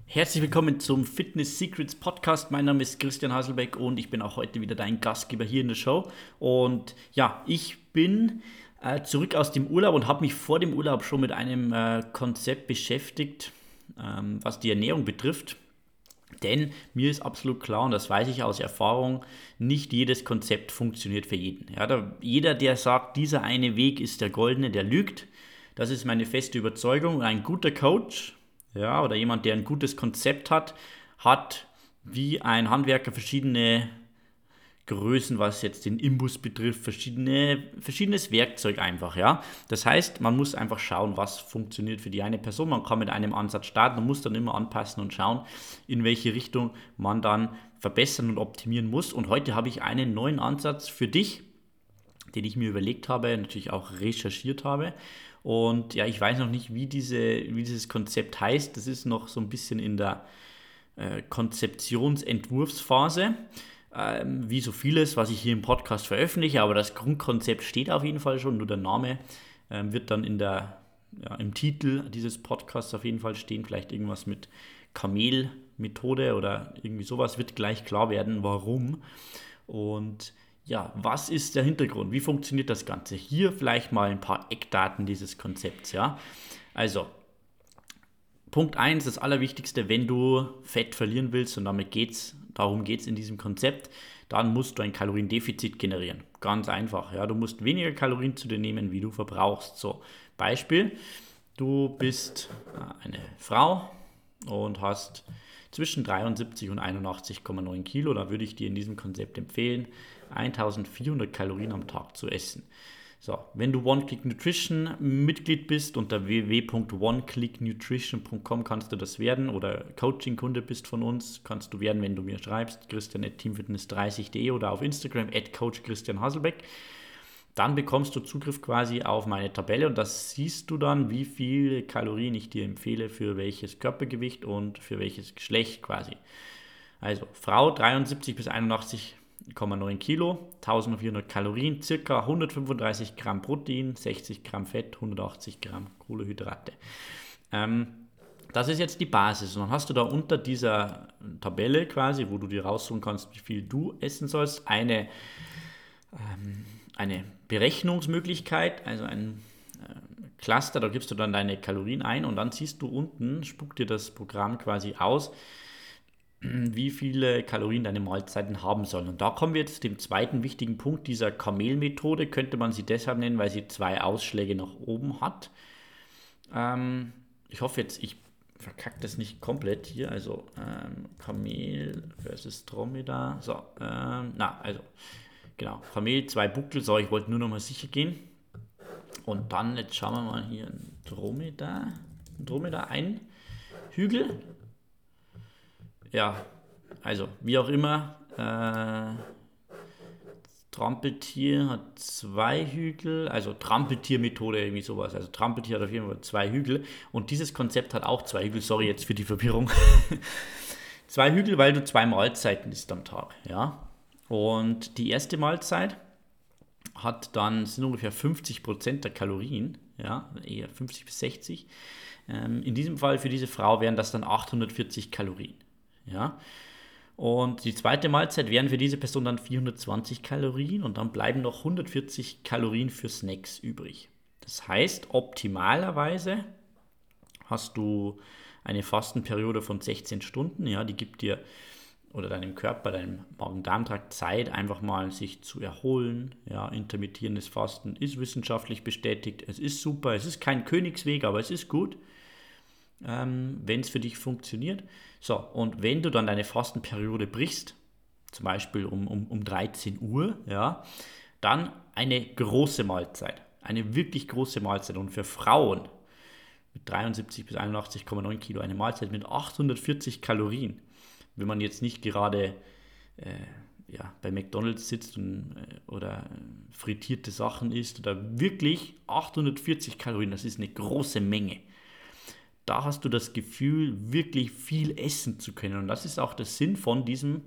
Herzlich willkommen zum Fitness Secrets Podcast. Mein Name ist Christian Haselbeck und ich bin auch heute wieder dein Gastgeber hier in der Show. Und ja, ich bin zurück aus dem Urlaub und habe mich vor dem Urlaub schon mit einem Konzept beschäftigt, was die Ernährung betrifft. Denn mir ist absolut klar, und das weiß ich aus Erfahrung, nicht jedes Konzept funktioniert für jeden. Ja, jeder, der sagt, dieser eine Weg ist der goldene, der lügt. Das ist meine feste Überzeugung. Und ein guter Coach, ja, oder jemand, der ein gutes Konzept hat, hat wie ein Handwerker verschiedene Größen, was jetzt den Imbus betrifft, verschiedenes Werkzeug einfach, ja. Das heißt, man muss einfach schauen, was funktioniert für die eine Person. Man kann mit einem Ansatz starten und muss dann immer anpassen und schauen, in welche Richtung man dann verbessern und optimieren muss. Und heute habe ich einen neuen Ansatz für dich, den ich mir überlegt habe, natürlich auch recherchiert habe. Und ja, ich weiß noch nicht, wie dieses Konzept heißt. Das ist noch so ein bisschen in der Konzeptionsentwurfsphase, wie so vieles, was ich hier im Podcast veröffentliche. Aber das Grundkonzept steht auf jeden Fall schon. Nur der Name wird dann im Titel dieses Podcasts auf jeden Fall stehen. Vielleicht irgendwas mit Kamel-Methode oder irgendwie sowas. Wird gleich klar werden, warum. Und ja, was ist der Hintergrund? Wie funktioniert das Ganze? Hier vielleicht mal ein paar Eckdaten dieses Konzepts, ja. Also, Punkt eins, das Allerwichtigste, wenn du Fett verlieren willst, und darum geht es in diesem Konzept, dann musst du ein Kaloriendefizit generieren. Ganz einfach, ja. Du musst weniger Kalorien zu dir nehmen, wie du verbrauchst. So, Beispiel, du bist eine Frau und hast zwischen 73 und 81,9 Kilo. Da würde ich dir in diesem Konzept empfehlen, 1400 Kalorien am Tag zu essen. So, wenn du One Click Nutrition Mitglied bist, unter www.oneclicknutrition.com kannst du das werden, oder Coaching-Kunde bist von uns, kannst du werden, wenn du mir schreibst, christian@teamfitness30.de oder auf Instagram @coachchristianhaselbeck. Dann bekommst du Zugriff quasi auf meine Tabelle und das siehst du dann, wie viele Kalorien ich dir empfehle für welches Körpergewicht und für welches Geschlecht quasi. Also Frau 73 bis 81,9 Kilo, 1400 Kalorien, circa 135 Gramm Protein, 60 Gramm Fett, 180 Gramm Kohlenhydrate. Das ist jetzt die Basis. Und dann hast du da unter dieser Tabelle quasi, wo du dir raussuchen kannst, wie viel du essen sollst, eine Berechnungsmöglichkeit, also ein Cluster, da gibst du dann deine Kalorien ein und dann siehst du unten, spuckt dir das Programm quasi aus, wie viele Kalorien deine Mahlzeiten haben sollen. Und da kommen wir jetzt zu dem zweiten wichtigen Punkt dieser Kamel-Methode. Könnte man sie deshalb nennen, weil sie zwei Ausschläge nach oben hat. Ich hoffe jetzt, ich verkacke das nicht komplett hier. Also Kamel versus Dromedar. So, also genau, Kamel, zwei Buckel. So, ich wollte nur noch mal sicher gehen. Und dann, jetzt schauen wir mal hier, ein Dromedar, ein Hügel. Ja, also wie auch immer, Trampeltier hat zwei Hügel, also Trampeltiermethode, irgendwie sowas. Also Trampeltier hat auf jeden Fall zwei Hügel und dieses Konzept hat auch zwei Hügel. Sorry jetzt für die Verwirrung. Zwei Hügel, weil du zwei Mahlzeiten isst am Tag, ja. Und die erste Mahlzeit sind ungefähr 50% der Kalorien, ja, eher 50 bis 60. In diesem Fall für diese Frau wären das dann 840 Kalorien. Ja? Und die zweite Mahlzeit wären für diese Person dann 420 Kalorien und dann bleiben noch 140 Kalorien für Snacks übrig. Das heißt, optimalerweise hast du eine Fastenperiode von 16 Stunden, ja, die gibt dir oder deinem Körper, deinem Magen-Darm-Trakt Zeit, einfach mal sich zu erholen. Ja, intermittierendes Fasten ist wissenschaftlich bestätigt. Es ist super, es ist kein Königsweg, aber es ist gut, wenn es für dich funktioniert. So, und wenn du dann deine Fastenperiode brichst, zum Beispiel um 13 Uhr, ja, dann eine große Mahlzeit, eine wirklich große Mahlzeit. Und für Frauen mit 73 bis 81,9 Kilo eine Mahlzeit mit 840 Kalorien, wenn man jetzt nicht gerade bei McDonald's sitzt oder frittierte Sachen isst oder wirklich 840 Kalorien, das ist eine große Menge. Da hast du das Gefühl, wirklich viel essen zu können. Und das ist auch der Sinn von diesem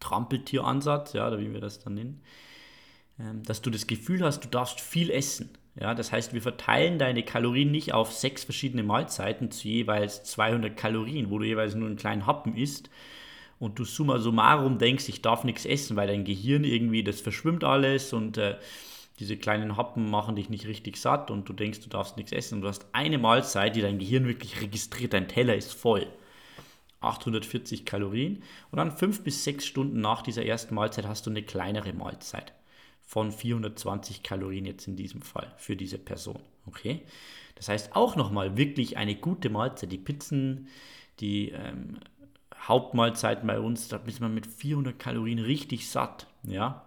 Trampeltieransatz, ja, oder wie wir das dann nennen, dass du das Gefühl hast, du darfst viel essen. Ja, das heißt, wir verteilen deine Kalorien nicht auf 6 verschiedene Mahlzeiten zu jeweils 200 Kalorien, wo du jeweils nur einen kleinen Happen isst und du summa summarum denkst, ich darf nichts essen, weil dein Gehirn irgendwie, das verschwimmt alles und diese kleinen Happen machen dich nicht richtig satt und du denkst, du darfst nichts essen und du hast eine Mahlzeit, die dein Gehirn wirklich registriert, dein Teller ist voll. 840 Kalorien und dann 5 bis 6 Stunden nach dieser ersten Mahlzeit hast du eine kleinere Mahlzeit von 420 Kalorien jetzt in diesem Fall für diese Person. Okay? Das heißt auch nochmal wirklich eine gute Mahlzeit. Die Pizzen, die Hauptmahlzeiten bei uns, da ist man mit 400 Kalorien richtig satt. Ja?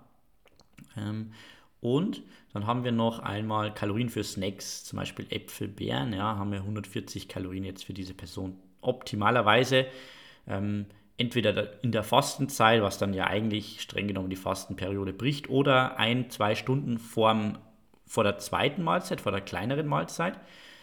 Und dann haben wir noch einmal Kalorien für Snacks, zum Beispiel Äpfel, Beeren, ja, haben wir 140 Kalorien jetzt für diese Person. Optimalerweise entweder in der Fastenzeit, was dann ja eigentlich streng genommen die Fastenperiode bricht, oder 1-2 Stunden vor der zweiten Mahlzeit, vor der kleineren Mahlzeit.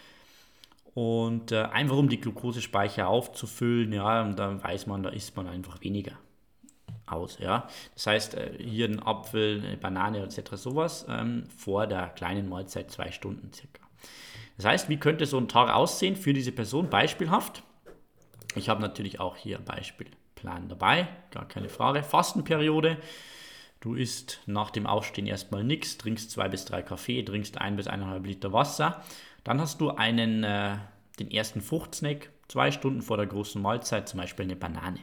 Und einfach um die Glukosespeicher aufzufüllen, ja, und dann weiß man, da isst man einfach weniger aus. Ja. Das heißt, hier ein Apfel, eine Banane etc. sowas vor der kleinen Mahlzeit 2 Stunden circa. Das heißt, wie könnte so ein Tag aussehen für diese Person? Beispielhaft. Ich habe natürlich auch hier ein Beispielplan dabei, gar keine Frage. Fastenperiode. Du isst nach dem Aufstehen erstmal nichts, trinkst 2 bis 3 Kaffee, trinkst 1 bis 1,5 Liter Wasser. Dann hast du den ersten Fruchtsnack 2 Stunden vor der großen Mahlzeit, zum Beispiel eine Banane.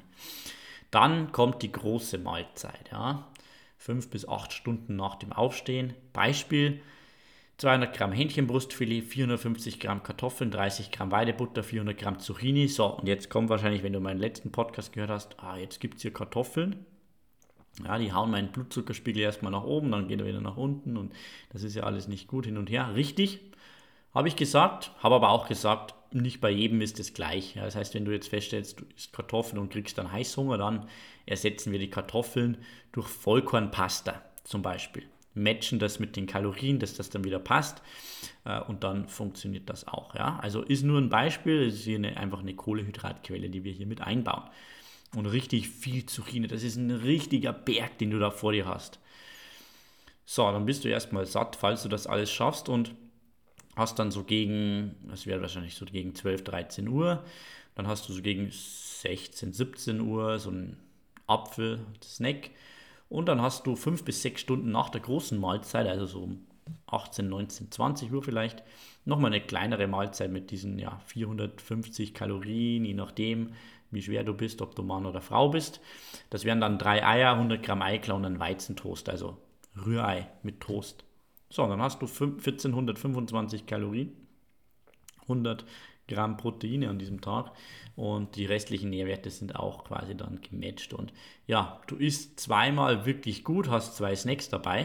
Dann kommt die große Mahlzeit, ja, 5 bis 8 Stunden nach dem Aufstehen. Beispiel: 200 Gramm Hähnchenbrustfilet, 450 Gramm Kartoffeln, 30 Gramm Weidebutter, 400 Gramm Zucchini. So, und jetzt kommt wahrscheinlich, wenn du meinen letzten Podcast gehört hast, jetzt gibt es hier Kartoffeln. Ja, die hauen meinen Blutzuckerspiegel erstmal nach oben, dann geht er wieder nach unten und das ist ja alles nicht gut hin und her. Richtig, habe ich gesagt, habe aber auch gesagt, nicht bei jedem ist es gleich. Ja, das heißt, wenn du jetzt feststellst, du isst Kartoffeln und kriegst dann Heißhunger, dann ersetzen wir die Kartoffeln durch Vollkornpasta zum Beispiel. Matchen das mit den Kalorien, dass das dann wieder passt und dann funktioniert das auch. Ja? Also ist nur ein Beispiel, es ist hier einfach eine Kohlehydratquelle, die wir hier mit einbauen. Und richtig viel Zucchini, das ist ein richtiger Berg, den du da vor dir hast. So, dann bist du erstmal satt, falls du das alles schaffst und hast dann so das wäre wahrscheinlich so gegen 12, 13 Uhr, dann hast du so gegen 16, 17 Uhr so einen Apfel-Snack. Und dann hast du 5 bis 6 Stunden nach der großen Mahlzeit, also so um 18, 19, 20 Uhr vielleicht, nochmal eine kleinere Mahlzeit mit diesen 450 Kalorien, je nachdem, wie schwer du bist, ob du Mann oder Frau bist. Das wären dann 3 Eier, 100 Gramm Eiklar und ein Weizentoast, also Rührei mit Toast. So, dann hast du 1425 Kalorien, 100 Gramm Proteine an diesem Tag und die restlichen Nährwerte sind auch quasi dann gematcht. Und ja, du isst zweimal wirklich gut, hast 2 Snacks dabei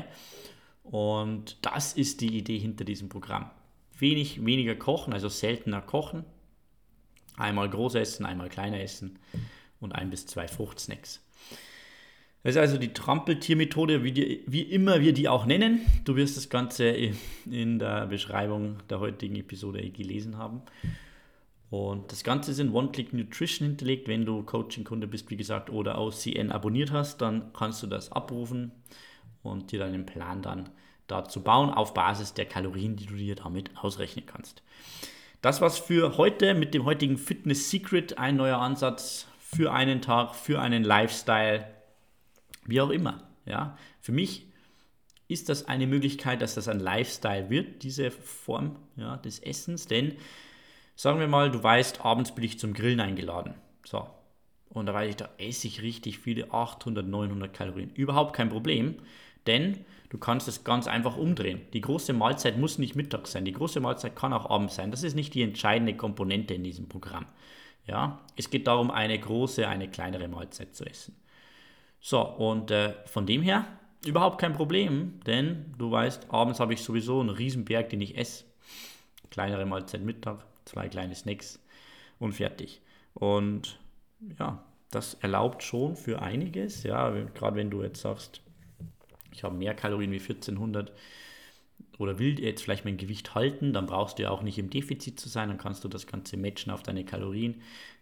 und das ist die Idee hinter diesem Programm. Weniger kochen, also seltener kochen, einmal groß essen, einmal kleiner essen und 1 bis 2 Fruchtsnacks. Das ist also die Trampeltiermethode, wie immer wir die auch nennen. Du wirst das Ganze in der Beschreibung der heutigen Episode gelesen haben. Und das Ganze ist in One-Click Nutrition hinterlegt. Wenn du Coaching-Kunde bist, wie gesagt, oder OCN abonniert hast, dann kannst du das abrufen und dir deinen Plan dann dazu bauen, auf Basis der Kalorien, die du dir damit ausrechnen kannst. Das war's für heute mit dem heutigen Fitness Secret. Ein neuer Ansatz für einen Tag, für einen Lifestyle, wie auch immer. Ja. Für mich ist das eine Möglichkeit, dass das ein Lifestyle wird, diese Form des Essens, denn sagen wir mal, du weißt, abends bin ich zum Grillen eingeladen. So. Und da weiß ich, da esse ich richtig viele, 800, 900 Kalorien. Überhaupt kein Problem, denn du kannst es ganz einfach umdrehen. Die große Mahlzeit muss nicht mittags sein. Die große Mahlzeit kann auch abends sein. Das ist nicht die entscheidende Komponente in diesem Programm. Ja? Es geht darum, eine große, eine kleinere Mahlzeit zu essen. So, und von dem her überhaupt kein Problem, denn du weißt, abends habe ich sowieso einen Riesenberg, den ich esse. Kleinere Mahlzeit Mittag, 2 kleine Snacks und fertig. Und ja, das erlaubt schon für einiges, ja, gerade wenn du jetzt sagst, ich habe mehr Kalorien wie 1400 oder will jetzt vielleicht mein Gewicht halten, dann brauchst du ja auch nicht im Defizit zu sein, dann kannst du das Ganze matchen auf deine Kalorien.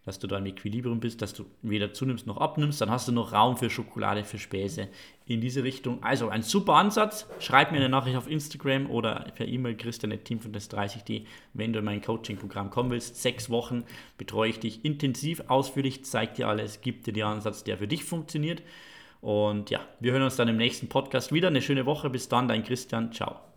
dass du da im Equilibrium bist, dass du weder zunimmst noch abnimmst. Dann hast du noch Raum für Schokolade, für Späße in diese Richtung. Also ein super Ansatz. Schreib mir eine Nachricht auf Instagram oder per E-Mail christian@teamfitness30.de, wenn du in mein Coaching-Programm kommen willst. 6 Wochen betreue ich dich intensiv, ausführlich, zeige dir alles, gebe dir den Ansatz, der für dich funktioniert. Und ja, wir hören uns dann im nächsten Podcast wieder. Eine schöne Woche. Bis dann, dein Christian. Ciao.